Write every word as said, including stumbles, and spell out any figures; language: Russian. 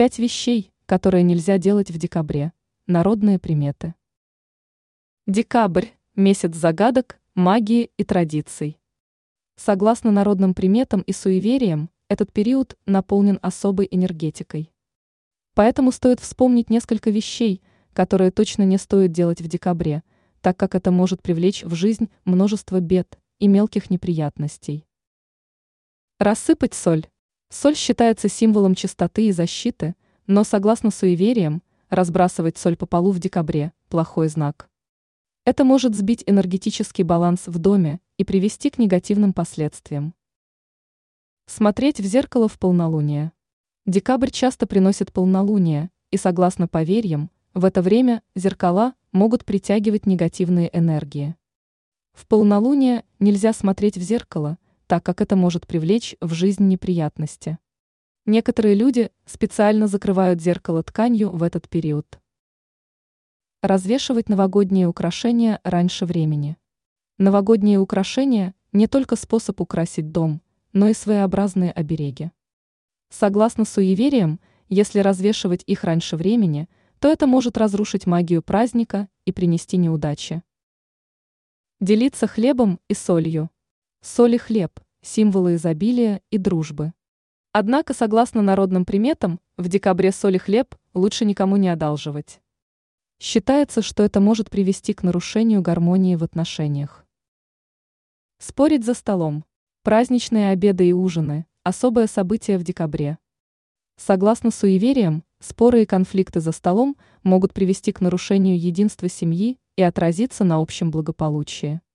Пять вещей, которые нельзя делать в декабре. Народные приметы. Декабрь – месяц загадок, магии и традиций. Согласно народным приметам и суевериям, этот период наполнен особой энергетикой. Поэтому стоит вспомнить несколько вещей, которые точно не стоит делать в декабре, так как это может привлечь в жизнь множество бед и мелких неприятностей. Рассыпать соль. Соль считается символом чистоты и защиты, но, согласно суевериям, разбрасывать соль по полу в декабре – плохой знак. Это может сбить энергетический баланс в доме и привести к негативным последствиям. Смотреть в зеркало в полнолуние. Декабрь часто приносит полнолуние, и, согласно поверьям, в это время зеркала могут притягивать негативные энергии. В полнолуние нельзя смотреть в зеркало, так как это может привлечь в жизнь неприятности. Некоторые люди специально закрывают зеркало тканью в этот период. Развешивать новогодние украшения раньше времени. Новогодние украшения – не только способ украсить дом, но и своеобразные обереги. Согласно суевериям, если развешивать их раньше времени, то это может разрушить магию праздника и принести неудачи. Делиться хлебом и солью. Соль и хлеб – символы изобилия и дружбы. Однако, согласно народным приметам, в декабре соль и хлеб лучше никому не одалживать. Считается, что это может привести к нарушению гармонии в отношениях. Спорить за столом. Праздничные обеды и ужины – особое событие в декабре. Согласно суевериям, споры и конфликты за столом могут привести к нарушению единства семьи и отразиться на общем благополучии.